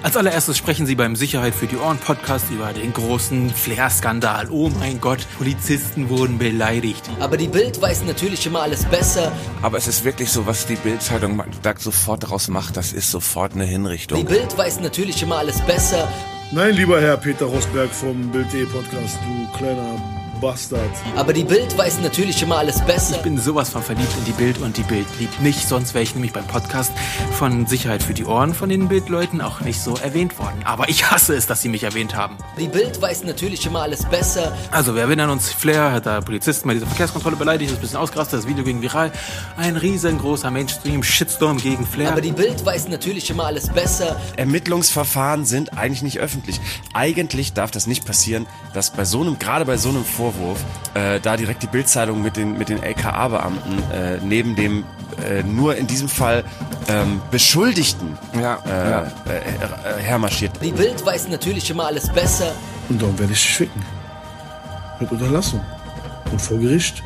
Als allererstes sprechen Sie beim Sicherheit für die Ohren Podcast über den großen Flair-Skandal. Oh mein Gott, Polizisten wurden beleidigt. Aber die Bild weiß natürlich immer alles besser. Aber es ist wirklich so, was die Bild-Zeitung da sofort daraus macht, das ist sofort eine Hinrichtung. Die Bild weiß natürlich immer alles besser. Nein, lieber Herr Peter Rosberg vom Bild.de Podcast, du kleiner Bastard. Aber die Bild weiß natürlich immer alles besser. Ich bin sowas von verliebt in die Bild und die Bild liebt mich, sonst wäre ich nämlich beim Podcast von Sicherheit für die Ohren von den Bildleuten auch nicht so erwähnt worden. Aber ich hasse es, dass sie mich erwähnt haben. Die Bild weiß natürlich immer alles besser. Also, wir erinnern uns, Flair hat da Polizisten bei dieser Verkehrskontrolle beleidigt, ist ein bisschen ausgerastet, das Video ging viral. Ein riesengroßer Mainstream-Shitstorm gegen Flair. Aber die Bild weiß natürlich immer alles besser. Ermittlungsverfahren sind eigentlich nicht öffentlich. Eigentlich darf das nicht passieren, dass gerade bei so einem Vorwurf da direkt die Bild-Zeitung mit den LKA-Beamten neben dem nur in diesem Fall Beschuldigten hermarschiert. Die Bild weiß natürlich immer alles besser. Und darum werde ich dich ficken. Mit Unterlassung. Und vor Gericht.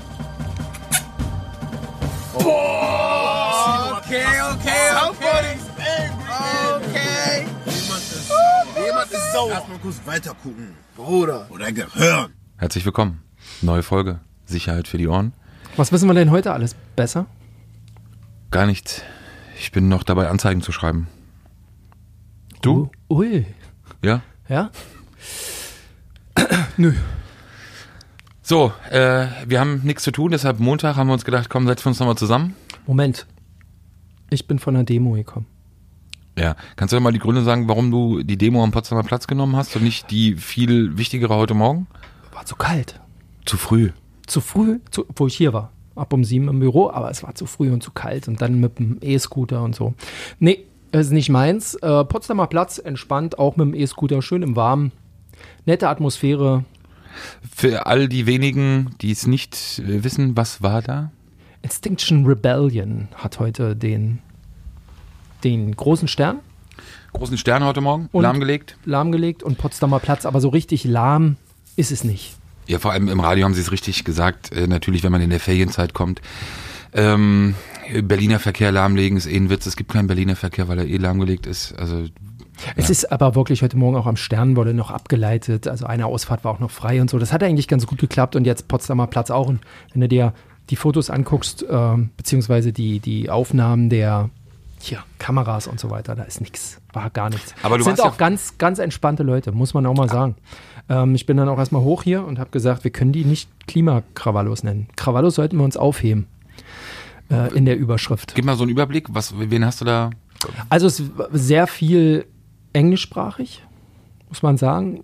Boah! Okay. Jemand ist sauer. Lass mal kurz weiter gucken. Bruder. Oder Gehirn. Herzlich willkommen. Neue Folge. Sicherheit für die Ohren. Was wissen wir denn heute alles besser? Gar nichts. Ich bin noch dabei, Anzeigen zu schreiben. Du? Ui. Ja? Ja? Nö. So, wir haben nichts zu tun, deshalb Montag haben wir uns gedacht, komm, setzen wir uns nochmal zusammen. Moment. Ich bin von der Demo gekommen. Ja, kannst du doch mal die Gründe sagen, warum du die Demo am Potsdamer Platz genommen hast und nicht die viel wichtigere heute Morgen? War zu kalt. Zu früh. Zu früh, wo ich hier war. Ab um 7 im Büro, aber es war zu früh und zu kalt und dann mit dem E-Scooter und so. Nee, das ist nicht meins. Potsdamer Platz, entspannt, auch mit dem E-Scooter, schön im Warmen. Nette Atmosphäre. Für all die wenigen, die es nicht wissen, was war da? Extinction Rebellion hat heute den großen Stern. Großen Stern heute Morgen, und lahmgelegt und Potsdamer Platz, aber so richtig lahm ist es nicht. Ja, vor allem im Radio haben sie es richtig gesagt. Natürlich, wenn man in der Ferienzeit kommt. Berliner Verkehr lahmlegen ist ein Witz. Es gibt keinen Berliner Verkehr, weil er lahmgelegt ist. Also es ist aber wirklich heute Morgen auch am Stern wurde noch abgeleitet. Also eine Ausfahrt war auch noch frei und so. Das hat eigentlich ganz gut geklappt und jetzt Potsdamer Platz auch. Und wenn du dir die Fotos anguckst, beziehungsweise die Aufnahmen der Kameras und so weiter, da ist nichts, war gar nichts. Aber du sind auch ganz, ganz entspannte Leute, muss man auch mal sagen. Ich bin dann auch erstmal hoch hier und habe gesagt, wir können die nicht Klimakrawallos nennen. Krawallos sollten wir uns aufheben in der Überschrift. Gib mal so einen Überblick, wen hast du da? Also es ist sehr viel englischsprachig, muss man sagen.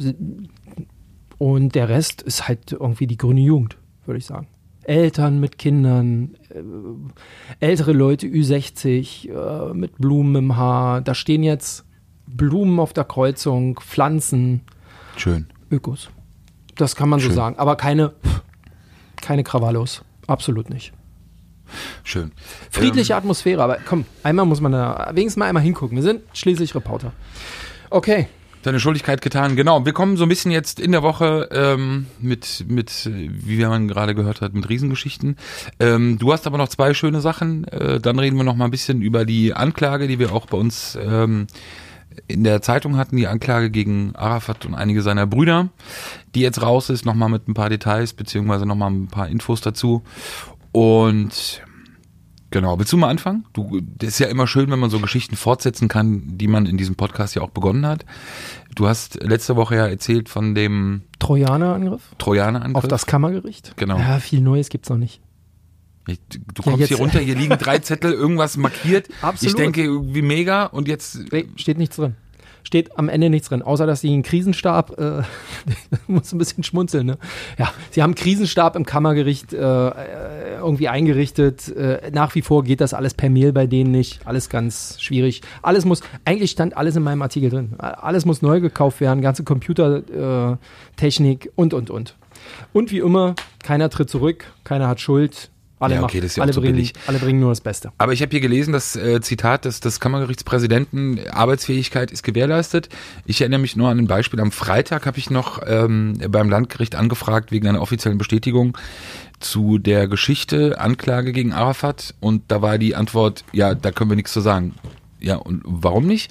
Und der Rest ist halt irgendwie die grüne Jugend, würde ich sagen. Eltern mit Kindern, ältere Leute, Ü60, mit Blumen im Haar. Da stehen jetzt Blumen auf der Kreuzung, Pflanzen. Schön. Ökos. Das kann man so Schön. sagen. Aber keine Krawallos. Absolut nicht. Schön. Friedliche Atmosphäre. Aber komm, einmal muss man da wenigstens mal einmal hingucken. Wir sind schließlich Reporter. Okay. Deine Schuldigkeit getan, genau. Wir kommen so ein bisschen jetzt in der Woche mit wie man gerade gehört hat, mit Riesengeschichten. Du hast aber noch zwei schöne Sachen. Dann reden wir noch mal ein bisschen über die Anklage, die wir auch bei uns in der Zeitung hatten, die Anklage gegen Arafat und einige seiner Brüder, die jetzt raus ist, noch mal mit ein paar Details, beziehungsweise noch mal ein paar Infos dazu. Und genau, willst du mal anfangen? Das ist ja immer schön, wenn man so Geschichten fortsetzen kann, die man in diesem Podcast ja auch begonnen hat. Du hast letzte Woche ja erzählt von dem Trojanerangriff. Auf das Kammergericht. Genau. Ja, viel Neues gibt's noch nicht. Du kommst jetzt hier runter, hier liegen 3 Zettel, irgendwas markiert. Absolut. Ich denke, irgendwie mega und jetzt... Nee, steht nichts drin. Steht am Ende nichts drin, außer dass sie einen Krisenstab, muss ein bisschen schmunzeln, ne? Ja, sie haben einen Krisenstab im Kammergericht irgendwie eingerichtet. Nach wie vor geht das alles per Mail bei denen nicht. Alles ganz schwierig. Eigentlich stand alles in meinem Artikel drin. Alles muss neu gekauft werden, ganze Computertechnik und. Und wie immer, keiner tritt zurück, keiner hat Schuld. Alle, ja, okay, das ist ja auch so billig. Alle bringen nur das Beste. Aber ich habe hier gelesen, das Zitat des Kammergerichtspräsidenten, Arbeitsfähigkeit ist gewährleistet. Ich erinnere mich nur an ein Beispiel. Am Freitag habe ich noch beim Landgericht angefragt wegen einer offiziellen Bestätigung zu der Geschichte, Anklage gegen Arafat. Und da war die Antwort, ja, da können wir nichts zu sagen. Ja, und warum nicht?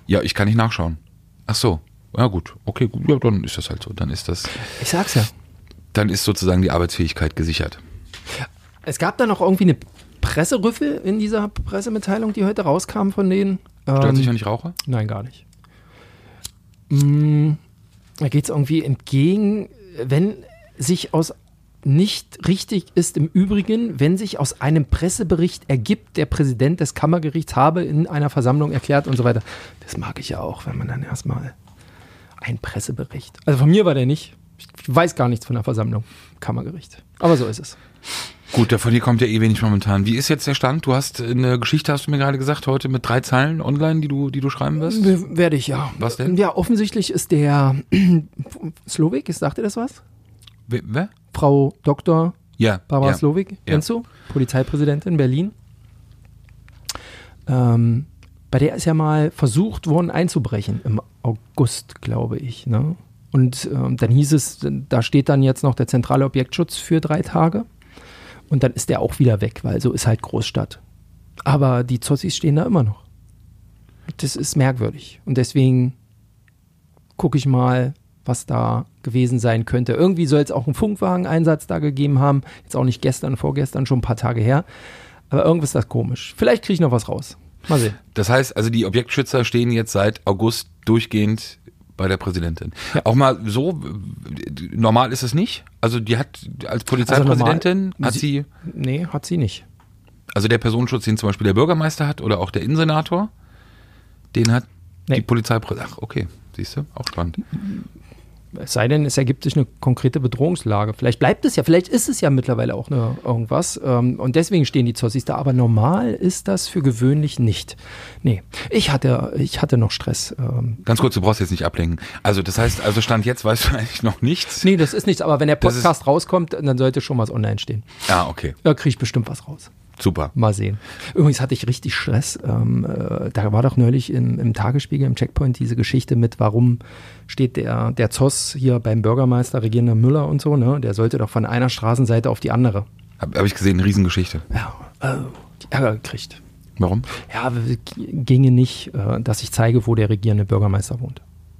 Ja, ich kann nicht nachschauen. Ach so. Ja gut, okay, gut, ja, dann ist das halt so. Dann ist das. Ich sag's ja. Dann ist sozusagen die Arbeitsfähigkeit gesichert. Es gab da noch irgendwie eine Presserüffel in dieser Pressemitteilung, die heute rauskam von denen. Stört sich ja nicht Raucher? Nein, gar nicht. Da geht es irgendwie entgegen, wenn sich aus nicht richtig ist im Übrigen, wenn sich aus einem Pressebericht ergibt, der Präsident des Kammergerichts habe in einer Versammlung erklärt und so weiter. Das mag ich ja auch, wenn man dann erstmal einen Pressebericht. Also von mir war der nicht. Ich weiß gar nichts von der Versammlung im Kammergericht. Aber so ist es. Gut, von dir kommt ja eh wenig momentan. Wie ist jetzt der Stand? Du hast eine Geschichte, hast du mir gerade gesagt, heute mit 3 Zeilen online, die du schreiben wirst? Werde ich, ja. Was denn? Ja, offensichtlich ist der Slowik, sagt ihr das was? Wer? Frau Dr. Ja. Barbara ja. Slowik, kennst du? Polizeipräsidentin Berlin. Bei der ist ja mal versucht worden einzubrechen, im August, glaube ich. Ne? Und dann hieß es, da steht dann jetzt noch der zentrale Objektschutz für 3 Tage. Und dann ist der auch wieder weg, weil so ist halt Großstadt. Aber die Zossis stehen da immer noch. Das ist merkwürdig. Und deswegen gucke ich mal, was da gewesen sein könnte. Irgendwie soll es auch einen Funkwageneinsatz da gegeben haben. Jetzt auch nicht gestern, vorgestern, schon ein paar Tage her. Aber irgendwas ist das komisch. Vielleicht kriege ich noch was raus. Mal sehen. Das heißt, also die Objektschützer stehen jetzt seit August durchgehend bei der Präsidentin. Ja. Auch mal so, normal ist es nicht? Also die hat als Polizeipräsidentin, Nee, hat sie nicht. Also der Personenschutz, den zum Beispiel der Bürgermeister hat oder auch der Innensenator, den hat die Polizeipräsidentin. Ach, okay, siehst du, auch spannend. Es sei denn, es ergibt sich eine konkrete Bedrohungslage. Vielleicht bleibt es ja, vielleicht ist es ja mittlerweile auch irgendwas. Und deswegen stehen die Zossis da. Aber normal ist das für gewöhnlich nicht. Nee, ich hatte noch Stress. Ganz kurz, du brauchst jetzt nicht ablenken. Also das heißt, Stand jetzt weißt du eigentlich noch nichts? Nee, das ist nichts. Aber wenn der Podcast rauskommt, dann sollte schon was online stehen. Ah, okay. Da kriege ich bestimmt was raus. Super. Mal sehen. Übrigens hatte ich richtig Stress. Da war doch neulich im Tagesspiegel, im Checkpoint, diese Geschichte mit, warum steht der Zoss hier beim Bürgermeister, Regierender Müller und so, ne? Der sollte doch von einer Straßenseite auf die andere. Hab ich gesehen, eine Riesengeschichte. Ja, die Ärger gekriegt. Warum? Ja, ginge nicht, dass ich zeige, wo der regierende Bürgermeister wohnt.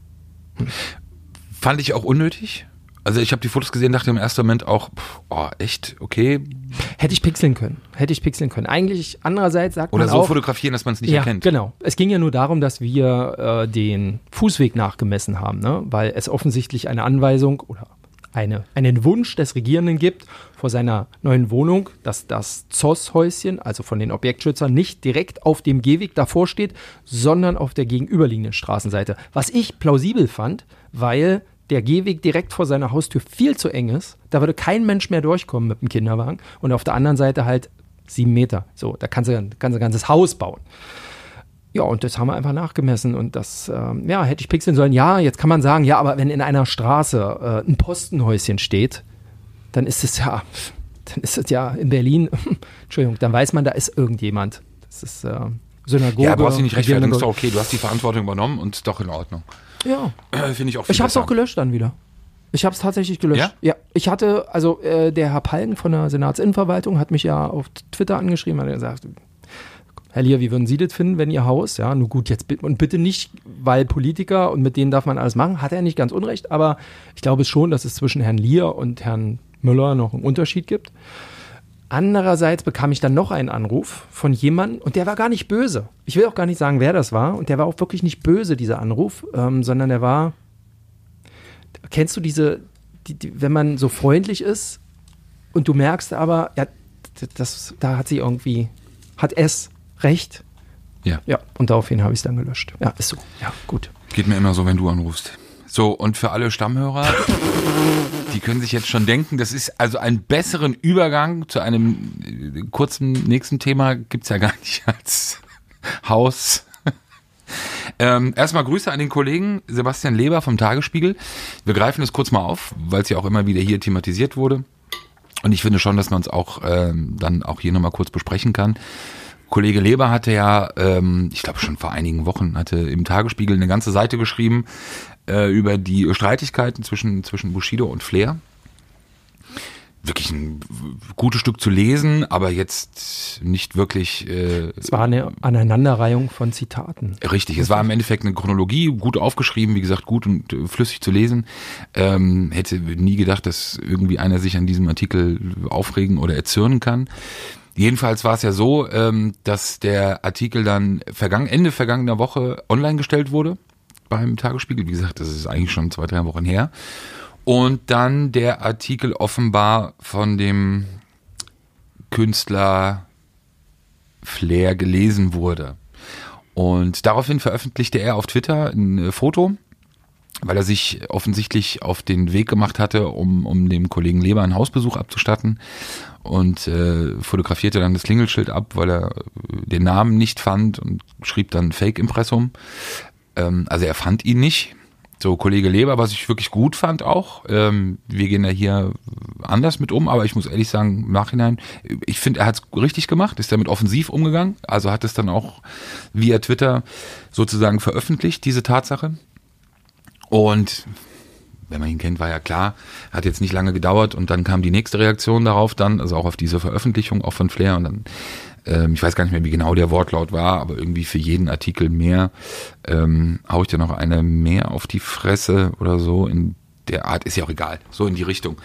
Fand ich auch unnötig. Also ich habe die Fotos gesehen, dachte im ersten Moment auch, echt, okay. Hätte ich pixeln können. Eigentlich andererseits sagt oder man so auch, fotografieren, dass man es nicht ja, erkennt. Genau. Es ging ja nur darum, dass wir den Fußweg nachgemessen haben, ne? Weil es offensichtlich eine Anweisung oder einen Wunsch des Regierenden gibt vor seiner neuen Wohnung, dass das Zoss-Häuschen, also von den Objektschützern, nicht direkt auf dem Gehweg davor steht, sondern auf der gegenüberliegenden Straßenseite. Was ich plausibel fand, weil der Gehweg direkt vor seiner Haustür viel zu eng ist. Da würde kein Mensch mehr durchkommen mit dem Kinderwagen. Und auf der anderen Seite halt 7 Meter. So, da kannst du ein ganzes Haus bauen. Ja, und das haben wir einfach nachgemessen. Und das, hätte ich pixeln sollen. Ja, jetzt kann man sagen, ja, aber wenn in einer Straße ein Postenhäuschen steht, dann ist es ja in Berlin, Entschuldigung, dann weiß man, da ist irgendjemand. Das ist Synagoge. Ja, brauchst du nicht rechtfertigen, ist doch okay. Du hast die Verantwortung übernommen und ist doch in Ordnung. Ja. Finde ich auch viel Ich habe es besser. auch gelöscht dann wieder. Ich habe es tatsächlich gelöscht. Ja? Ich hatte, der Herr Palgen von der Senatsinnenverwaltung hat mich ja auf Twitter angeschrieben, hat gesagt, Herr Lier, wie würden Sie das finden, wenn Ihr Haus, ja, nur gut, jetzt und bitte nicht, weil Politiker und mit denen darf man alles machen, hat er nicht ganz unrecht, aber ich glaube schon, dass es zwischen Herrn Lier und Herrn Müller noch einen Unterschied gibt. Andererseits bekam ich dann noch einen Anruf von jemandem und der war gar nicht böse. Ich will auch gar nicht sagen, wer das war und der war auch wirklich nicht böse, dieser Anruf, sondern der war, kennst du wenn man so freundlich ist und du merkst aber, ja, da hat es recht. Ja. Ja, und daraufhin habe ich es dann gelöscht. Ja, ist so. Ja, gut. Geht mir immer so, wenn du anrufst. So, und für alle Stammhörer, die können sich jetzt schon denken, das ist also einen besseren Übergang zu einem kurzen nächsten Thema gibt's ja gar nicht als Haus. Erstmal Grüße an den Kollegen Sebastian Leber vom Tagesspiegel. Wir greifen es kurz mal auf, weil es ja auch immer wieder hier thematisiert wurde. Und ich finde schon, dass man es auch dann auch hier nochmal kurz besprechen kann. Kollege Leber hatte ja, ich glaube schon vor einigen Wochen, hatte im Tagesspiegel eine ganze Seite geschrieben über die Streitigkeiten zwischen Bushido und Flair. wirklich ein gutes Stück zu lesen, aber jetzt nicht wirklich. Es war eine Aneinanderreihung von Zitaten. Richtig, es war im Endeffekt eine Chronologie, gut aufgeschrieben, wie gesagt, gut und flüssig zu lesen. Hätte nie gedacht, dass irgendwie einer sich an diesem Artikel aufregen oder erzürnen kann. Jedenfalls war es ja so, dass der Artikel dann Ende vergangener Woche online gestellt wurde beim Tagesspiegel. Wie gesagt, das ist eigentlich schon 2-3 Wochen her. Und dann der Artikel offenbar von dem Künstler Flair gelesen wurde. Und daraufhin veröffentlichte er auf Twitter ein Foto, weil er sich offensichtlich auf den Weg gemacht hatte, um dem Kollegen Leber einen Hausbesuch abzustatten. Und fotografierte dann das Klingelschild ab, weil er den Namen nicht fand und schrieb dann Fake-Impressum. Also er fand ihn nicht. So, Kollege Leber, was ich wirklich gut fand auch. Wir gehen da hier anders mit um, aber ich muss ehrlich sagen, im Nachhinein, ich finde, er hat es richtig gemacht, ist damit offensiv umgegangen, also hat es dann auch via Twitter sozusagen veröffentlicht, diese Tatsache. Und wenn man ihn kennt, war ja klar, hat jetzt nicht lange gedauert und dann kam die nächste Reaktion darauf dann, also auch auf diese Veröffentlichung auch von Flair und dann ich weiß gar nicht mehr, wie genau der Wortlaut war, aber irgendwie für jeden Artikel mehr hau ich dir noch eine mehr auf die Fresse oder so in der Art, ist ja auch egal, so in die Richtung.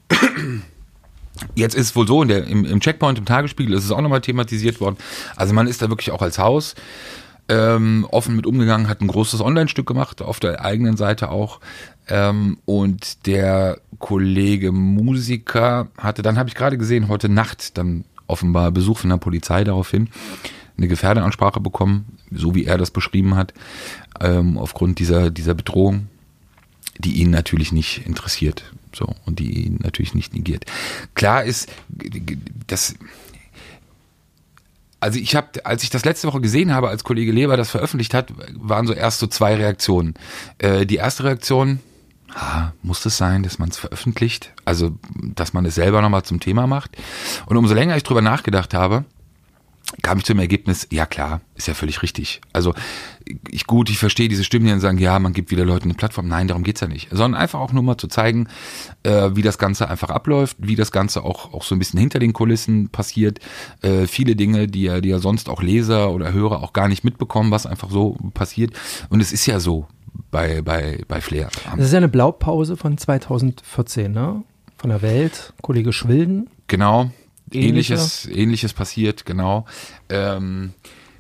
Jetzt ist wohl so, im Checkpoint, im Tagesspiegel ist es auch nochmal thematisiert worden, also man ist da wirklich auch als Haus offen mit umgegangen, hat ein großes Online-Stück gemacht, auf der eigenen Seite auch und der Kollege Musiker hatte, dann habe ich gerade gesehen, heute Nacht dann offenbar Besuch von der Polizei daraufhin, eine Gefährdeansprache bekommen, so wie er das beschrieben hat, aufgrund dieser Bedrohung, die ihn natürlich nicht interessiert, so, und die ihn natürlich nicht negiert. Klar ist, dass, also als ich das letzte Woche gesehen habe, als Kollege Leber das veröffentlicht hat, waren so erst so 2 Reaktionen. Die erste Reaktion, muss das sein, dass man es veröffentlicht? Also, dass man es selber nochmal zum Thema macht. Und umso länger ich drüber nachgedacht habe, kam ich zu dem Ergebnis, ja klar, ist ja völlig richtig. Also, ich verstehe diese Stimmen, die dann sagen, ja, man gibt wieder Leuten eine Plattform. Nein, darum geht's ja nicht. Sondern einfach auch nur mal zu zeigen, wie das Ganze einfach abläuft, wie das Ganze auch so ein bisschen hinter den Kulissen passiert. Viele Dinge, die ja sonst auch Leser oder Hörer auch gar nicht mitbekommen, was einfach so passiert. Und es ist ja so. Bei Flair. Das ist ja eine Blaupause von 2014, ne? Von der Welt, Kollege Schwilden. Genau, ähnliches passiert, genau. Wenn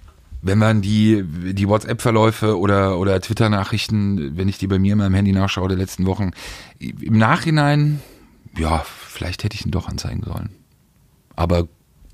man die WhatsApp-Verläufe oder Twitter-Nachrichten, wenn ich die bei mir in meinem Handy nachschaue der letzten Wochen, im Nachhinein, ja, vielleicht hätte ich ihn doch anzeigen sollen. Aber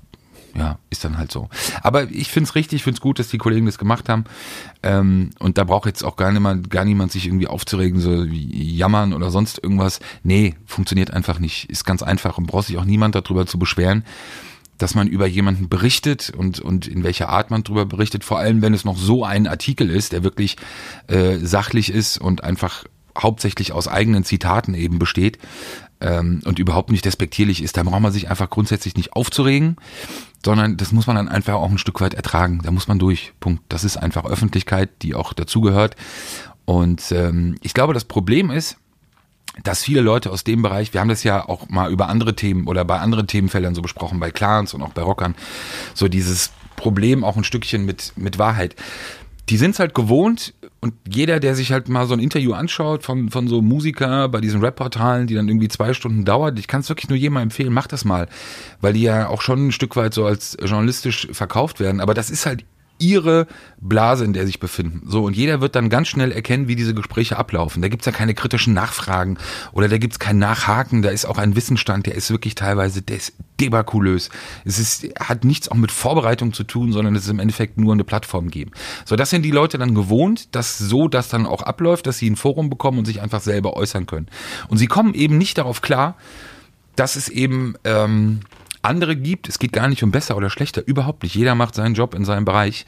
ja, ist dann halt so. Aber ich finde es richtig, ich finde es gut, dass die Kollegen das gemacht haben. Und da braucht jetzt auch gar niemand sich irgendwie aufzuregen, so wie jammern oder sonst irgendwas. Nee, funktioniert einfach nicht. Ist ganz einfach und braucht sich auch niemand darüber zu beschweren, dass man über jemanden berichtet und in welcher Art man darüber berichtet. Vor allem, wenn es noch so ein Artikel ist, der wirklich sachlich ist und einfach hauptsächlich aus eigenen Zitaten eben besteht und überhaupt nicht despektierlich ist. Da braucht man sich einfach grundsätzlich nicht aufzuregen, sondern das muss man dann einfach auch ein Stück weit ertragen. Da muss man durch. Punkt. Das ist einfach Öffentlichkeit, die auch dazugehört. Und ich glaube, das Problem ist, dass viele Leute aus dem Bereich, wir haben das ja auch mal über andere Themen oder bei anderen Themenfeldern so besprochen, bei Clans und auch bei Rockern, so dieses Problem auch ein Stückchen mit Wahrheit. Die sind es halt gewohnt und jeder, der sich halt mal so ein Interview anschaut von so Musiker bei diesen Rap-Portalen, die dann irgendwie 2 Stunden dauert, ich kann es wirklich nur jedem empfehlen, macht das mal, weil die ja auch schon ein Stück weit so als journalistisch verkauft werden, aber das ist halt ihre Blase, in der sie sich befinden. So, und jeder wird dann ganz schnell erkennen, wie diese Gespräche ablaufen. Da gibt's ja keine kritischen Nachfragen oder da gibt's kein Nachhaken, da ist auch ein Wissensstand, der ist wirklich teilweise, der ist debakulös. Hat nichts auch mit Vorbereitung zu tun, sondern es ist im Endeffekt nur eine Plattform geben. So, das sind die Leute dann gewohnt, dass das dann auch abläuft, dass sie ein Forum bekommen und sich einfach selber äußern können. Und sie kommen eben nicht darauf klar, dass es eben andere gibt, es geht gar nicht um besser oder schlechter, überhaupt nicht. Jeder macht seinen Job in seinem Bereich.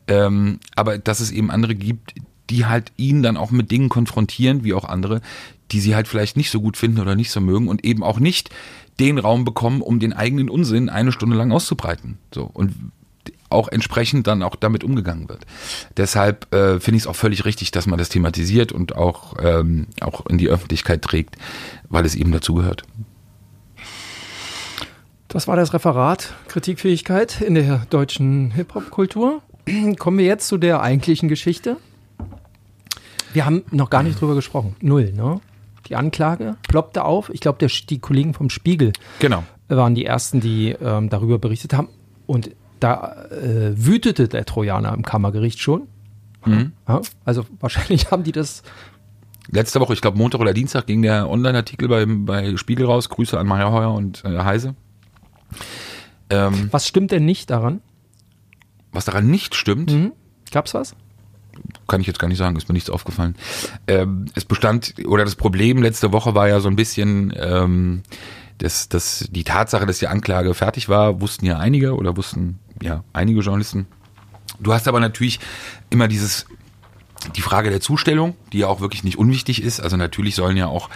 Aber dass es eben andere gibt, die halt ihn dann auch mit Dingen konfrontieren, wie auch andere, die sie halt vielleicht nicht so gut finden oder nicht so mögen und eben auch nicht den Raum bekommen, um den eigenen Unsinn 1 Stunde lang auszubreiten. So, und auch entsprechend dann auch damit umgegangen wird. Deshalb finde ich es auch völlig richtig, dass man das thematisiert und auch in die Öffentlichkeit trägt, weil es eben dazugehört. Das war das Referat Kritikfähigkeit in der deutschen Hip-Hop-Kultur. Kommen wir jetzt zu der eigentlichen Geschichte. Wir haben noch gar nicht drüber gesprochen. Null, ne? Die Anklage ploppte auf. Ich glaube, die Kollegen vom Spiegel waren die Ersten, die darüber berichtet haben. Und da wütete der Trojaner im Kammergericht schon. Mhm. Ja, also wahrscheinlich haben die das... Letzte Woche, ich glaube Montag oder Dienstag, ging der Online-Artikel bei Spiegel raus. Grüße an Meyerheuer und Heise. Was stimmt denn nicht daran? Was daran nicht stimmt? Mhm. Gab's was? Kann ich jetzt gar nicht sagen, ist mir nichts aufgefallen. Es bestand, oder das Problem letzte Woche war ja so ein bisschen, die Tatsache, dass die Anklage fertig war, wussten ja einige einige Journalisten. Du hast aber natürlich immer die Frage der Zustellung, die ja auch wirklich nicht unwichtig ist. Also natürlich sollen ja auch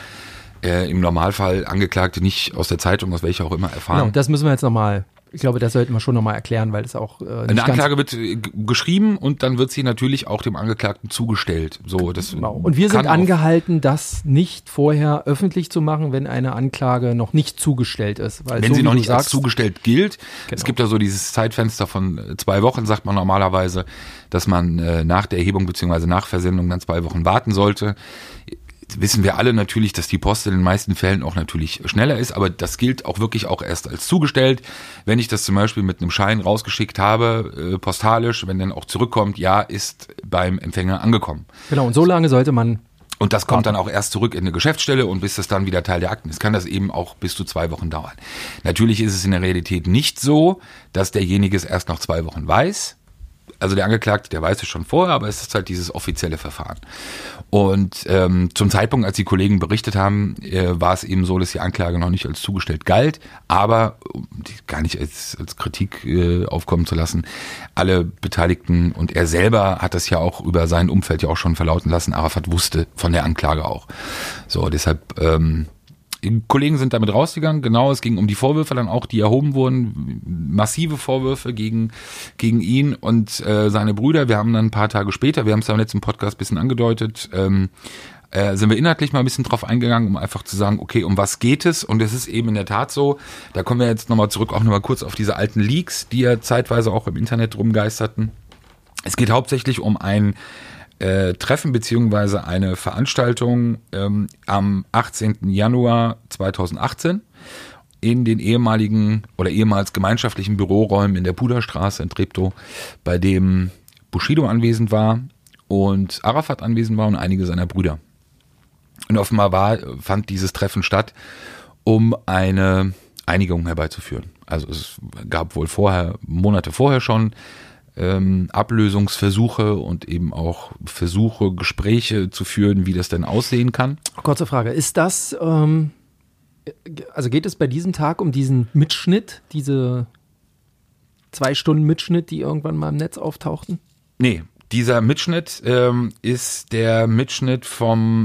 im Normalfall Angeklagte nicht aus der Zeitung, aus welcher auch immer, erfahren. Genau, das müssen wir jetzt nochmal, ich glaube, das sollten wir schon nochmal erklären, weil es auch nicht eine Anklage wird geschrieben und dann wird sie natürlich auch dem Angeklagten zugestellt. So, das genau. Und wir sind angehalten, das nicht vorher öffentlich zu machen, wenn eine Anklage noch nicht zugestellt ist. Weil wenn sie noch nicht als zugestellt gilt. Genau. Es gibt ja so dieses Zeitfenster von 2 Wochen, sagt man normalerweise, dass man nach der Erhebung bzw. nach Versendung dann 2 Wochen warten sollte. Wissen wir alle natürlich, dass die Post in den meisten Fällen auch natürlich schneller ist, aber das gilt auch wirklich auch erst als zugestellt. Wenn ich das zum Beispiel mit einem Schein rausgeschickt habe, postalisch, wenn dann auch zurückkommt, ja, ist beim Empfänger angekommen. Genau, und so lange sollte man... Und das kommt dann auch erst zurück in eine Geschäftsstelle und bis das dann wieder Teil der Akten ist, kann das eben auch bis zu 2 Wochen dauern. Natürlich ist es in der Realität nicht so, dass derjenige es erst nach 2 Wochen weiß. Also der Angeklagte, der weiß es schon vorher, aber es ist halt dieses offizielle Verfahren. Und zum Zeitpunkt, als die Kollegen berichtet haben, war es eben so, dass die Anklage noch nicht als zugestellt galt, aber gar nicht als Kritik aufkommen zu lassen. Alle Beteiligten und er selber hat das ja auch über sein Umfeld ja auch schon verlauten lassen. Arafat wusste von der Anklage auch. So, deshalb... Die Kollegen sind damit rausgegangen, genau, es ging um die Vorwürfe dann auch, die erhoben wurden, massive Vorwürfe gegen ihn und seine Brüder. Wir haben dann ein paar Tage später, wir haben es ja im letzten Podcast ein bisschen angedeutet, sind wir inhaltlich mal ein bisschen drauf eingegangen, um einfach zu sagen, okay, um was geht es? Und es ist eben in der Tat so, da kommen wir jetzt nochmal zurück, auch nochmal kurz auf diese alten Leaks, die ja zeitweise auch im Internet rumgeisterten. Es geht hauptsächlich um ein Treffen beziehungsweise eine Veranstaltung am 18. Januar 2018 in den ehemals gemeinschaftlichen Büroräumen in der Puderstraße in Treptow, bei dem Bushido anwesend war und Arafat anwesend war und einige seiner Brüder. Und offenbar fand dieses Treffen statt, um eine Einigung herbeizuführen. Also es gab wohl Monate vorher schon Ablösungsversuche und eben auch Versuche, Gespräche zu führen, wie das denn aussehen kann. Kurze Frage, ist das, also geht es bei diesem Tag um diesen Mitschnitt, diese 2 Stunden Mitschnitt, die irgendwann mal im Netz auftauchten? Nee, dieser Mitschnitt ist der Mitschnitt vom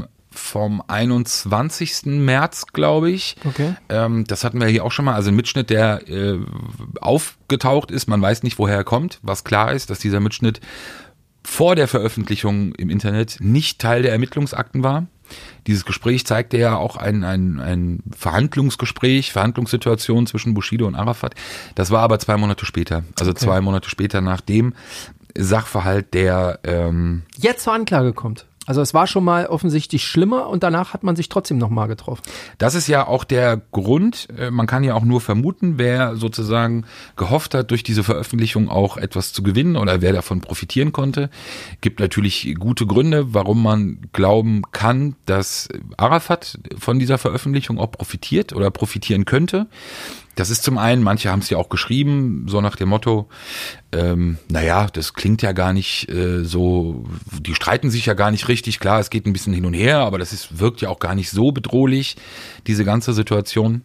21. März, glaube ich. Okay. Das hatten wir hier auch schon mal. Also ein Mitschnitt, der aufgetaucht ist. Man weiß nicht, woher er kommt. Was klar ist, dass dieser Mitschnitt vor der Veröffentlichung im Internet nicht Teil der Ermittlungsakten war. Dieses Gespräch zeigte ja auch ein Verhandlungssituation zwischen Bushido und Arafat. Das war aber 2 Monate später. Also 2 Monate später nach dem Sachverhalt, der jetzt zur Anklage kommt. Also es war schon mal offensichtlich schlimmer und danach hat man sich trotzdem nochmal getroffen. Das ist ja auch der Grund, man kann ja auch nur vermuten, wer sozusagen gehofft hat, durch diese Veröffentlichung auch etwas zu gewinnen oder wer davon profitieren konnte. Gibt natürlich gute Gründe, warum man glauben kann, dass Arafat von dieser Veröffentlichung auch profitiert oder profitieren könnte. Das ist zum einen, manche haben es ja auch geschrieben, so nach dem Motto, das klingt ja gar nicht so, die streiten sich ja gar nicht richtig, klar, es geht ein bisschen hin und her, aber wirkt ja auch gar nicht so bedrohlich, diese ganze Situation.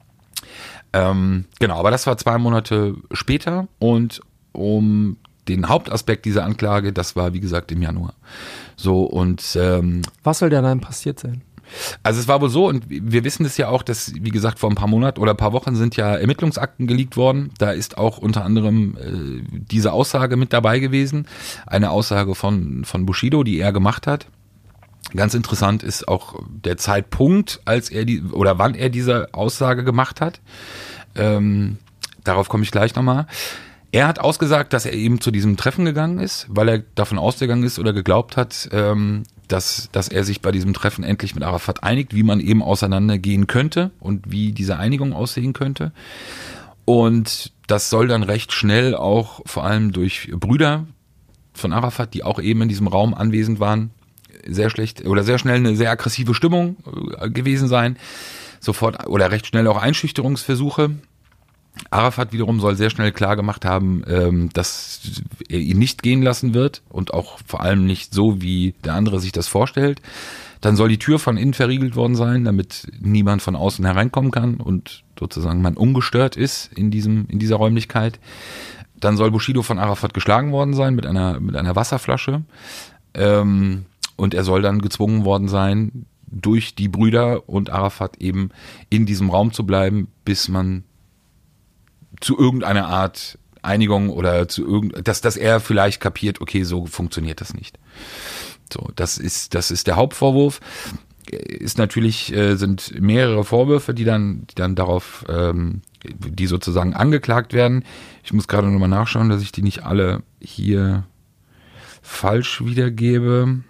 Genau, aber das war 2 Monate später und um den Hauptaspekt dieser Anklage, das war wie gesagt im Januar. So und was soll denn dann passiert sein? Also es war wohl so, und wir wissen es ja auch, dass, wie gesagt, vor ein paar Monaten oder ein paar Wochen sind ja Ermittlungsakten geleakt worden. Da ist auch unter anderem diese Aussage mit dabei gewesen. Eine Aussage von Bushido, die er gemacht hat. Ganz interessant ist auch der Zeitpunkt, wann er diese Aussage gemacht hat. Darauf komme ich gleich nochmal. Er hat ausgesagt, dass er eben zu diesem Treffen gegangen ist, weil er davon ausgegangen ist oder geglaubt hat, dass er sich bei diesem Treffen endlich mit Arafat einigt, wie man eben auseinandergehen könnte und wie diese Einigung aussehen könnte. Und das soll dann recht schnell auch vor allem durch Brüder von Arafat, die auch eben in diesem Raum anwesend waren, sehr schnell eine sehr aggressive Stimmung gewesen sein. Sofort oder recht schnell auch Einschüchterungsversuche. Arafat wiederum soll sehr schnell klar gemacht haben, dass er ihn nicht gehen lassen wird und auch vor allem nicht so, wie der andere sich das vorstellt. Dann soll die Tür von innen verriegelt worden sein, damit niemand von außen hereinkommen kann und sozusagen man ungestört ist in dieser Räumlichkeit. Dann soll Bushido von Arafat geschlagen worden sein mit einer Wasserflasche. Und er soll dann gezwungen worden sein, durch die Brüder und Arafat eben in diesem Raum zu bleiben, bis man zu irgendeiner Art Einigung oder dass er vielleicht kapiert, okay, so funktioniert das nicht. So, das ist der Hauptvorwurf. Ist natürlich, sind mehrere Vorwürfe, die dann darauf, die sozusagen angeklagt werden. Ich muss gerade nochmal nachschauen, dass ich die nicht alle hier falsch wiedergebe.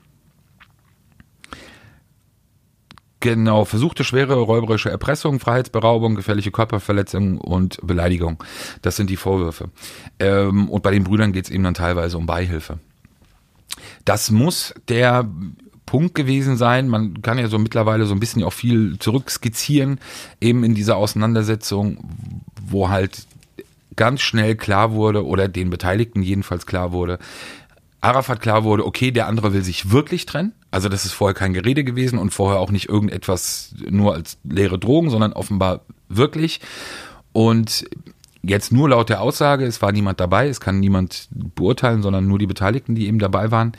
Genau, versuchte schwere räuberische Erpressung, Freiheitsberaubung, gefährliche Körperverletzung und Beleidigung. Das sind die Vorwürfe. Und bei den Brüdern geht es eben dann teilweise um Beihilfe. Das muss der Punkt gewesen sein. Man kann ja so mittlerweile so ein bisschen auch viel zurückskizzieren, eben in dieser Auseinandersetzung, wo halt ganz schnell klar wurde, oder den Beteiligten jedenfalls klar wurde, Arafat klar wurde, okay, der andere will sich wirklich trennen. Also das ist vorher kein Gerede gewesen und vorher auch nicht irgendetwas nur als leere Drohung, sondern offenbar wirklich. Und jetzt nur laut der Aussage, es war niemand dabei, es kann niemand beurteilen, sondern nur die Beteiligten, die eben dabei waren.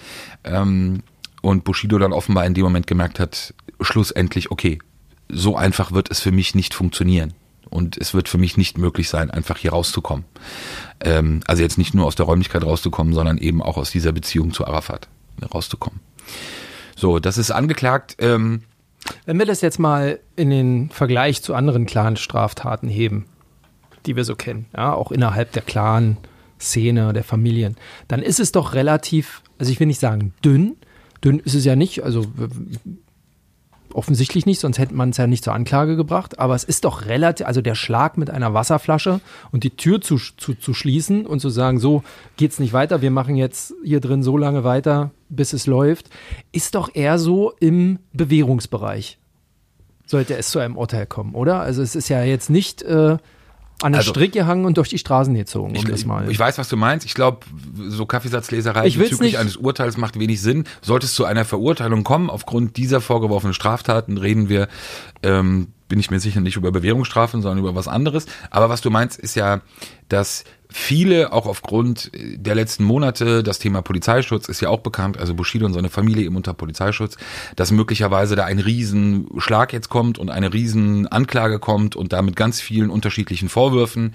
Und Bushido dann offenbar in dem Moment gemerkt hat, schlussendlich, okay, so einfach wird es für mich nicht funktionieren. Und es wird für mich nicht möglich sein, einfach hier rauszukommen. Also jetzt nicht nur aus der Räumlichkeit rauszukommen, sondern eben auch aus dieser Beziehung zu Arafat rauszukommen. So, das ist angeklagt. Wenn wir das jetzt mal in den Vergleich zu anderen Clan-Straftaten heben, die wir so kennen, ja, auch innerhalb der Clan-Szene, der Familien, dann ist es doch relativ, also ich will nicht sagen dünn ist es ja nicht, also offensichtlich nicht, sonst hätte man es ja nicht zur Anklage gebracht, aber es ist doch relativ, also der Schlag mit einer Wasserflasche und die Tür zu schließen und zu sagen, so geht's nicht weiter, wir machen jetzt hier drin so lange weiter, bis es läuft, ist doch eher so im Bewährungsbereich. Sollte es zu einem Urteil kommen, oder? Also es ist ja jetzt nicht an den Strick gehangen und durch die Straßen gezogen. Ich weiß, was du meinst. Ich glaube, so Kaffeesatzleserei bezüglich eines Urteils macht wenig Sinn. Sollte es zu einer Verurteilung kommen, aufgrund dieser vorgeworfenen Straftaten, reden wir, bin ich mir sicher, nicht über Bewährungsstrafen, sondern über was anderes. Aber was du meinst, ist ja, dass viele, auch aufgrund der letzten Monate, das Thema Polizeischutz ist ja auch bekannt, also Bushido und seine Familie eben unter Polizeischutz, dass möglicherweise da ein Riesenschlag jetzt kommt und eine Riesenanklage kommt und da mit ganz vielen unterschiedlichen Vorwürfen.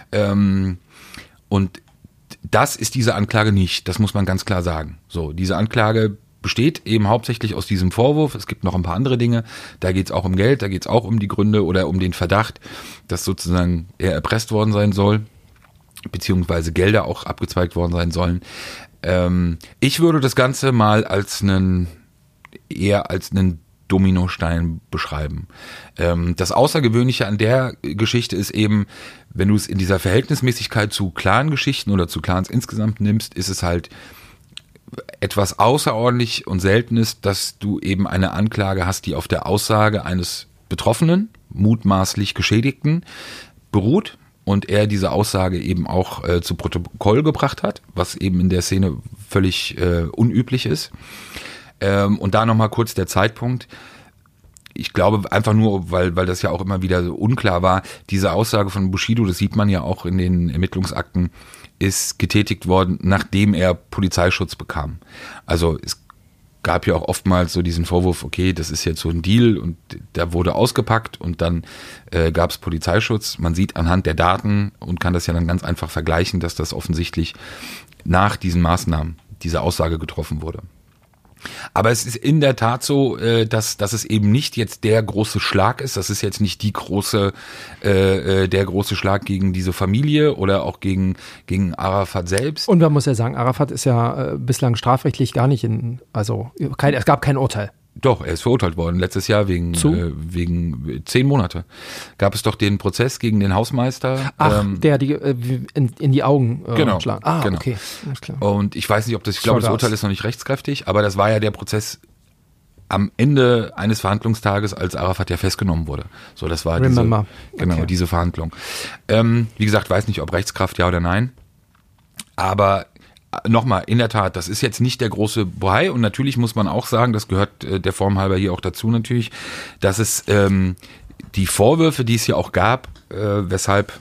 Und das ist diese Anklage nicht, das muss man ganz klar sagen. So, diese Anklage besteht eben hauptsächlich aus diesem Vorwurf. Es gibt noch ein paar andere Dinge. Da geht es auch um Geld, da geht es auch um die Gründe oder um den Verdacht, dass sozusagen er erpresst worden sein soll, beziehungsweise Gelder auch abgezweigt worden sein sollen. Ich würde das Ganze mal eher als einen Dominostein beschreiben. Das Außergewöhnliche an der Geschichte ist eben, wenn du es in dieser Verhältnismäßigkeit zu Clan-Geschichten oder zu Clans insgesamt nimmst, ist es halt etwas außerordentlich und Seltenes, dass du eben eine Anklage hast, die auf der Aussage eines Betroffenen, mutmaßlich Geschädigten, beruht und er diese Aussage eben auch zu Protokoll gebracht hat, was eben in der Szene völlig unüblich ist. Und da nochmal kurz der Zeitpunkt. Ich glaube einfach nur, weil das ja auch immer wieder so unklar war, diese Aussage von Bushido, das sieht man ja auch in den Ermittlungsakten, ist getätigt worden, nachdem er Polizeischutz bekam. Also es gab ja auch oftmals so diesen Vorwurf, okay, das ist jetzt so ein Deal und der wurde ausgepackt und dann gab es Polizeischutz. Man sieht anhand der Daten und kann das ja dann ganz einfach vergleichen, dass das offensichtlich nach diesen Maßnahmen, diese Aussage getroffen wurde. Aber es ist in der Tat so, dass es eben nicht jetzt der große Schlag ist. Das ist jetzt nicht der große Schlag gegen diese Familie oder auch gegen Arafat selbst. Und man muss ja sagen, Arafat ist ja bislang strafrechtlich gar nicht es gab kein Urteil. Doch, er ist verurteilt worden letztes Jahr wegen 10 Monate. Gab es doch den Prozess gegen den Hausmeister. Ach, der die in die Augen schlagen. Genau. Okay, alles klar. Und ich weiß nicht, ich glaube, das Urteil ist noch nicht rechtskräftig, aber das war ja der Prozess am Ende eines Verhandlungstages, als Arafat ja festgenommen wurde. So, das war diese Verhandlung. Wie gesagt, weiß nicht, ob Rechtskraft ja oder nein. Aber nochmal, in der Tat, das ist jetzt nicht der große Bohai und natürlich muss man auch sagen, das gehört der Form halber hier auch dazu natürlich, dass es die Vorwürfe, die es hier auch gab, weshalb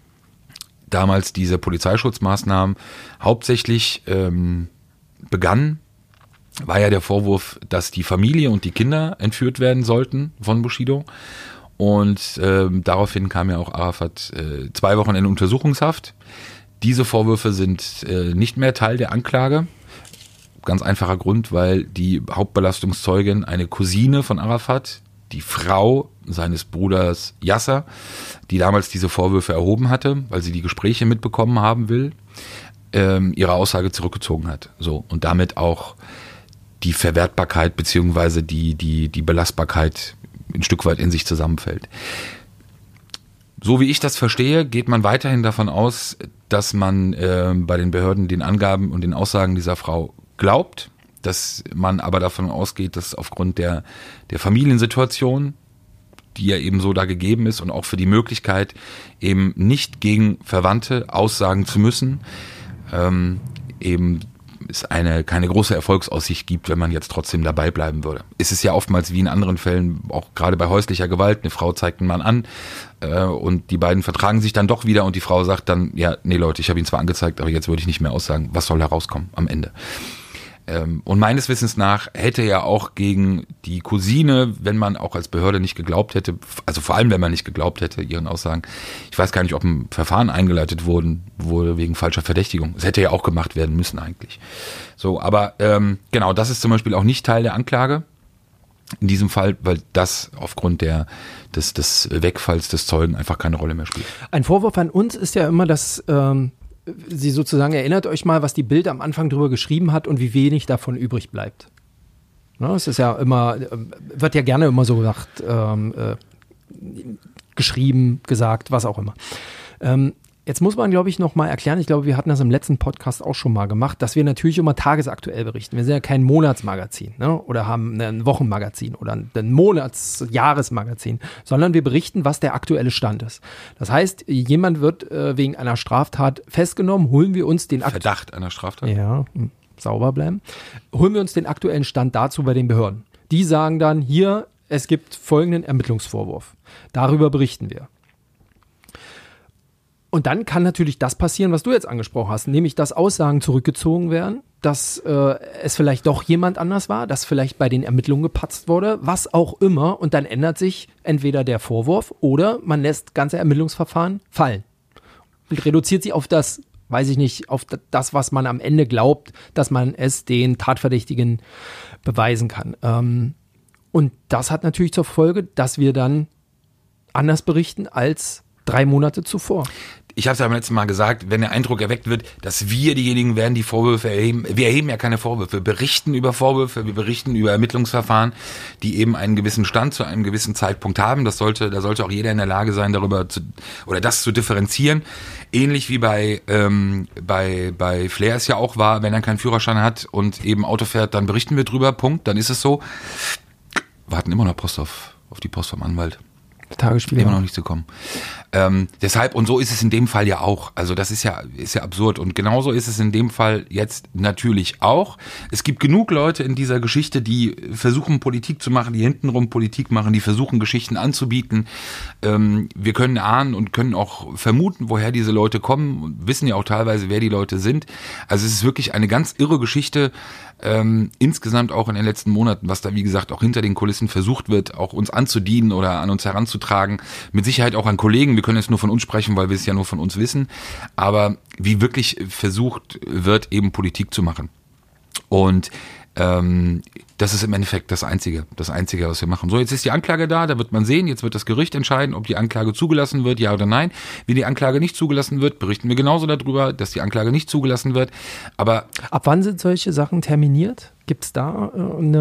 damals diese Polizeischutzmaßnahmen hauptsächlich begannen, war ja der Vorwurf, dass die Familie und die Kinder entführt werden sollten von Bushido. Und daraufhin kam ja auch Arafat 2 Wochen in Untersuchungshaft. Diese Vorwürfe sind nicht mehr Teil der Anklage. Ganz einfacher Grund, weil die Hauptbelastungszeugin, eine Cousine von Arafat, die Frau seines Bruders Yasser, die damals diese Vorwürfe erhoben hatte, weil sie die Gespräche mitbekommen haben will, ihre Aussage zurückgezogen hat. So, und damit auch die Verwertbarkeit beziehungsweise die Belastbarkeit ein Stück weit in sich zusammenfällt. So wie ich das verstehe, geht man weiterhin davon aus, dass man bei den Behörden den Angaben und den Aussagen dieser Frau glaubt, dass man aber davon ausgeht, dass aufgrund der Familiensituation, die ja eben so da gegeben ist und auch für die Möglichkeit, eben nicht gegen Verwandte aussagen zu müssen, eben es keine große Erfolgsaussicht gibt, wenn man jetzt trotzdem dabei bleiben würde. Es ist ja oftmals wie in anderen Fällen, auch gerade bei häuslicher Gewalt, eine Frau zeigt einen Mann an und die beiden vertragen sich dann doch wieder und die Frau sagt dann, ja, nee Leute, ich habe ihn zwar angezeigt, aber jetzt würde ich nicht mehr aussagen. Was soll da rauskommen am Ende? Und meines Wissens nach hätte ja auch gegen die Cousine, wenn man auch als Behörde nicht geglaubt hätte, also vor allem wenn man nicht geglaubt hätte, ihren Aussagen, ich weiß gar nicht, ob ein Verfahren eingeleitet wurde wegen falscher Verdächtigung. Es hätte ja auch gemacht werden müssen eigentlich. So, aber genau, das ist zum Beispiel auch nicht Teil der Anklage in diesem Fall, weil das aufgrund des Wegfalls des Zeugen einfach keine Rolle mehr spielt. Ein Vorwurf an uns ist ja immer, dass Sie sozusagen, erinnert euch mal, was die Bild am Anfang drüber geschrieben hat und wie wenig davon übrig bleibt. Ne, es ist ja immer, wird ja gerne immer so gesagt, geschrieben, gesagt, was auch immer. Jetzt muss man, glaube ich, noch mal erklären, ich glaube, wir hatten das im letzten Podcast auch schon mal gemacht, dass wir natürlich immer tagesaktuell berichten. Wir sind ja kein Monatsmagazin, ne? Oder haben ein Wochenmagazin oder ein Jahresmagazin, sondern wir berichten, was der aktuelle Stand ist. Das heißt, jemand wird wegen einer Straftat festgenommen, holen wir uns den Verdacht einer Straftat? Ja, sauber bleiben. Holen wir uns den aktuellen Stand dazu bei den Behörden. Die sagen dann, hier, es gibt folgenden Ermittlungsvorwurf. Darüber berichten wir. Und dann kann natürlich das passieren, was du jetzt angesprochen hast, nämlich dass Aussagen zurückgezogen werden, dass es vielleicht doch jemand anders war, dass vielleicht bei den Ermittlungen gepatzt wurde, was auch immer. Und dann ändert sich entweder der Vorwurf oder man lässt ganze Ermittlungsverfahren fallen und reduziert sie auf das, weiß ich nicht, auf das, was man am Ende glaubt, dass man es den Tatverdächtigen beweisen kann. Und das hat natürlich zur Folge, dass wir dann anders berichten als 3 Monate zuvor. Ich habe es ja beim letzten Mal gesagt, wenn der Eindruck erweckt wird, dass wir diejenigen werden, die Vorwürfe erheben. Wir erheben ja keine Vorwürfe. Wir berichten über Vorwürfe, wir berichten über Ermittlungsverfahren, die eben einen gewissen Stand zu einem gewissen Zeitpunkt haben. Da sollte auch jeder in der Lage sein, das zu differenzieren. Ähnlich wie bei Flair es ja auch war, wenn er keinen Führerschein hat und eben Auto fährt, dann berichten wir drüber, Punkt, dann ist es so. Warten immer noch auf die Post vom Anwalt. Tagesspiegel. Immer noch nicht zu kommen. Deshalb, und so ist es in dem Fall ja auch. Also das ist ja absurd. Und genauso ist es in dem Fall jetzt natürlich auch. Es gibt genug Leute in dieser Geschichte, die versuchen Politik zu machen, die hintenrum Politik machen, die versuchen Geschichten anzubieten. Wir können ahnen und können auch vermuten, woher diese Leute kommen und wissen ja auch teilweise, wer die Leute sind. Also es ist wirklich eine ganz irre Geschichte, insgesamt auch in den letzten Monaten, was da wie gesagt auch hinter den Kulissen versucht wird, auch uns anzudienen oder an uns heranzutragen. Mit Sicherheit auch an Kollegen, wir können jetzt nur von uns sprechen, weil wir es ja nur von uns wissen, aber wie wirklich versucht wird, eben Politik zu machen. Und Das ist im Endeffekt das Einzige, was wir machen. So, jetzt ist die Anklage da wird man sehen, jetzt wird das Gericht entscheiden, ob die Anklage zugelassen wird, ja oder nein. Wenn die Anklage nicht zugelassen wird, berichten wir genauso darüber, dass die Anklage nicht zugelassen wird. Aber ab wann sind solche Sachen terminiert? Gibt es da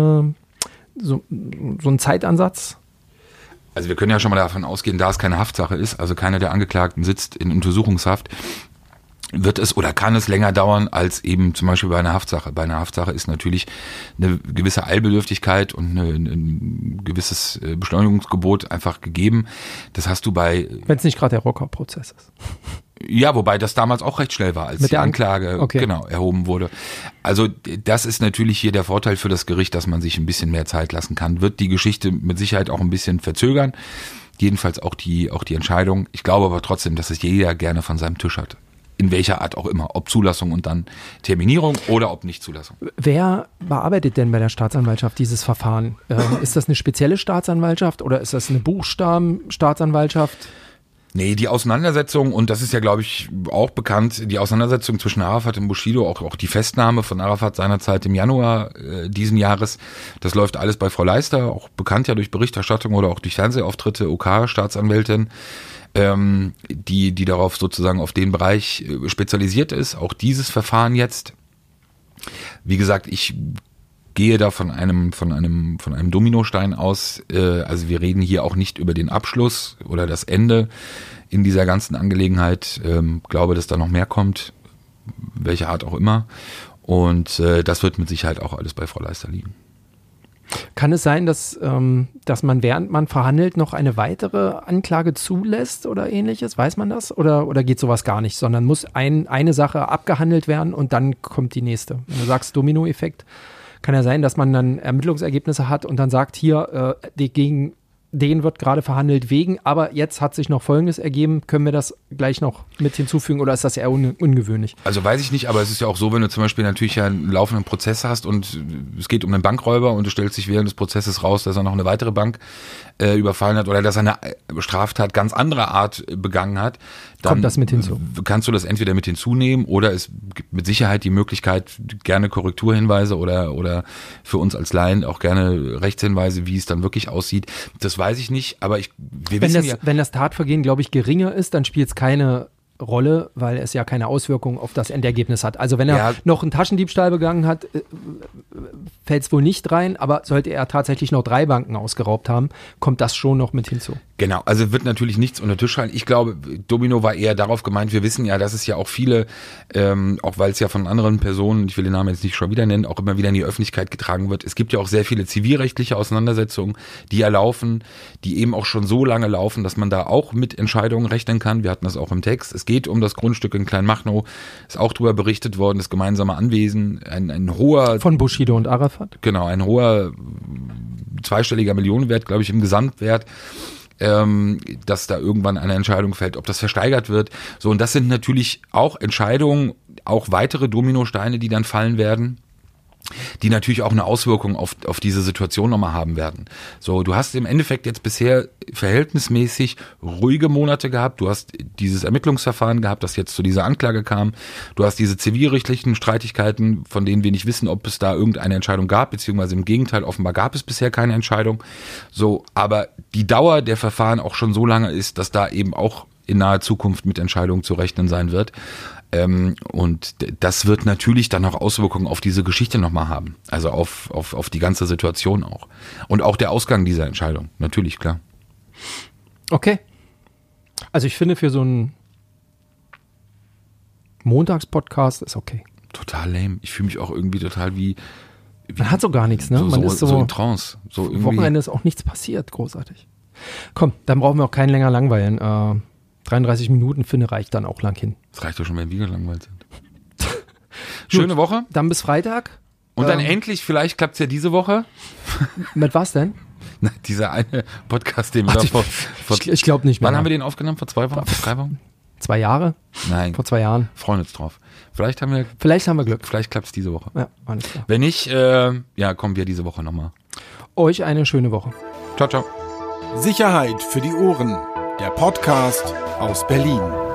so einen Zeitansatz? Also wir können ja schon mal davon ausgehen, da es keine Haftsache ist, also keiner der Angeklagten sitzt in Untersuchungshaft, wird es oder kann es länger dauern als eben zum Beispiel bei einer Haftsache. Bei einer Haftsache ist natürlich eine gewisse Eilbedürftigkeit und ein gewisses Beschleunigungsgebot einfach gegeben. Das hast du bei... Wenn es nicht gerade der Rocker-Prozess ist. Ja, wobei das damals auch recht schnell war, als die Anklage erhoben wurde. Also das ist natürlich hier der Vorteil für das Gericht, dass man sich ein bisschen mehr Zeit lassen kann. Wird die Geschichte mit Sicherheit auch ein bisschen verzögern. Jedenfalls auch die Entscheidung. Ich glaube aber trotzdem, dass es jeder gerne von seinem Tisch hat. In welcher Art auch immer. Ob Zulassung und dann Terminierung oder ob nicht Zulassung. Wer bearbeitet denn bei der Staatsanwaltschaft dieses Verfahren? Ist das eine spezielle Staatsanwaltschaft oder ist das eine Buchstaben-Staatsanwaltschaft? Nee, die Auseinandersetzung, und das ist ja, glaube ich, auch bekannt, die Auseinandersetzung zwischen Arafat und Bushido, auch die Festnahme von Arafat seinerzeit im Januar diesen Jahres, das läuft alles bei Frau Leister, auch bekannt ja durch Berichterstattung oder auch durch Fernsehauftritte, OK-Staatsanwältin, die darauf sozusagen auf den Bereich spezialisiert ist, auch dieses Verfahren jetzt. Wie gesagt, ich gehe da von einem Dominostein aus, also wir reden hier auch nicht über den Abschluss oder das Ende in dieser ganzen Angelegenheit, glaube, dass da noch mehr kommt, welche Art auch immer, und das wird mit Sicherheit auch alles bei Frau Leister liegen. Kann es sein, dass man, während man verhandelt, noch eine weitere Anklage zulässt oder ähnliches? Weiß man das? Oder geht sowas gar nicht? Sondern muss eine Sache abgehandelt werden und dann kommt die nächste? Wenn du sagst Dominoeffekt, kann ja sein, dass man dann Ermittlungsergebnisse hat und dann sagt, hier, gegen den wird gerade verhandelt wegen, aber jetzt hat sich noch Folgendes ergeben, können wir das gleich noch mit hinzufügen oder ist das eher ungewöhnlich? Also weiß ich nicht, aber es ist ja auch so, wenn du zum Beispiel natürlich ja einen laufenden Prozess hast und es geht um einen Bankräuber und du stellst dich während des Prozesses raus, dass er noch eine weitere Bank überfallen hat oder dass er eine Straftat ganz anderer Art begangen hat, dann kommt das mit hinzu. Kannst du das entweder mit hinzunehmen oder es gibt mit Sicherheit die Möglichkeit, gerne Korrekturhinweise oder für uns als Laien auch gerne Rechtshinweise, wie es dann wirklich aussieht. Das weiß ich nicht, aber wenn das Tatvergehen, glaube ich, geringer ist, dann spielt es keine Rolle, weil es ja keine Auswirkung auf das Endergebnis hat. Also wenn er noch einen Taschendiebstahl begangen hat, fällt es wohl nicht rein, aber sollte er tatsächlich noch 3 Banken ausgeraubt haben, kommt das schon noch mit hinzu. Genau, also wird natürlich nichts unter den Tisch fallen. Ich glaube, Domino war eher darauf gemeint, wir wissen ja, dass es ja auch viele, auch weil es ja von anderen Personen, ich will den Namen jetzt nicht schon wieder nennen, auch immer wieder in die Öffentlichkeit getragen wird. Es gibt ja auch sehr viele zivilrechtliche Auseinandersetzungen, die ja laufen, die eben auch schon so lange laufen, dass man da auch mit Entscheidungen rechnen kann. Wir hatten das auch im Text. Es geht um das Grundstück in Kleinmachnow, ist auch darüber berichtet worden, das gemeinsame Anwesen, ein hoher... Von Bushido und Arafat? Genau, ein hoher zweistelliger Millionenwert, glaube ich, im Gesamtwert, dass da irgendwann eine Entscheidung fällt, ob das versteigert wird. So, und das sind natürlich auch Entscheidungen, auch weitere Dominosteine, die dann fallen werden, die natürlich auch eine Auswirkung auf diese Situation nochmal haben werden. So, du hast im Endeffekt jetzt bisher verhältnismäßig ruhige Monate gehabt. Du hast dieses Ermittlungsverfahren gehabt, das jetzt zu dieser Anklage kam. Du hast diese zivilrechtlichen Streitigkeiten, von denen wir nicht wissen, ob es da irgendeine Entscheidung gab, beziehungsweise im Gegenteil, offenbar gab es bisher keine Entscheidung. So, aber die Dauer der Verfahren auch schon so lange ist, dass da eben auch in naher Zukunft mit Entscheidungen zu rechnen sein wird. Und das wird natürlich dann auch Auswirkungen auf diese Geschichte nochmal haben. Also auf die ganze Situation auch. Und auch der Ausgang dieser Entscheidung. Natürlich, klar. Okay. Also ich finde, für so einen Montagspodcast ist okay. Total lame. Ich fühle mich auch irgendwie total wie man hat so gar nichts, ne? Man ist so in Trance. So irgendwie. Wochenende ist auch nichts passiert. Großartig. Komm, dann brauchen wir auch keinen länger langweilen. 33 Minuten, finde, reicht dann auch lang hin. Das reicht doch schon, wenn wir gelangweilt sind. Schöne Woche. Dann bis Freitag. Und dann endlich, vielleicht klappt es ja diese Woche. Mit was denn? Na, dieser eine Podcast, den wir da ich glaube nicht mehr. Wann haben wir den aufgenommen? Vor 2 Wochen? Vor 3 Wochen? 2 Jahre? Nein. Vor 2 Jahren. Freuen uns drauf. Vielleicht haben wir Glück. Vielleicht klappt es diese Woche. Ja, alles klar. Wenn nicht, kommen wir diese Woche nochmal. Euch eine schöne Woche. Ciao, ciao. Sicherheit für die Ohren. Der Podcast aus Berlin.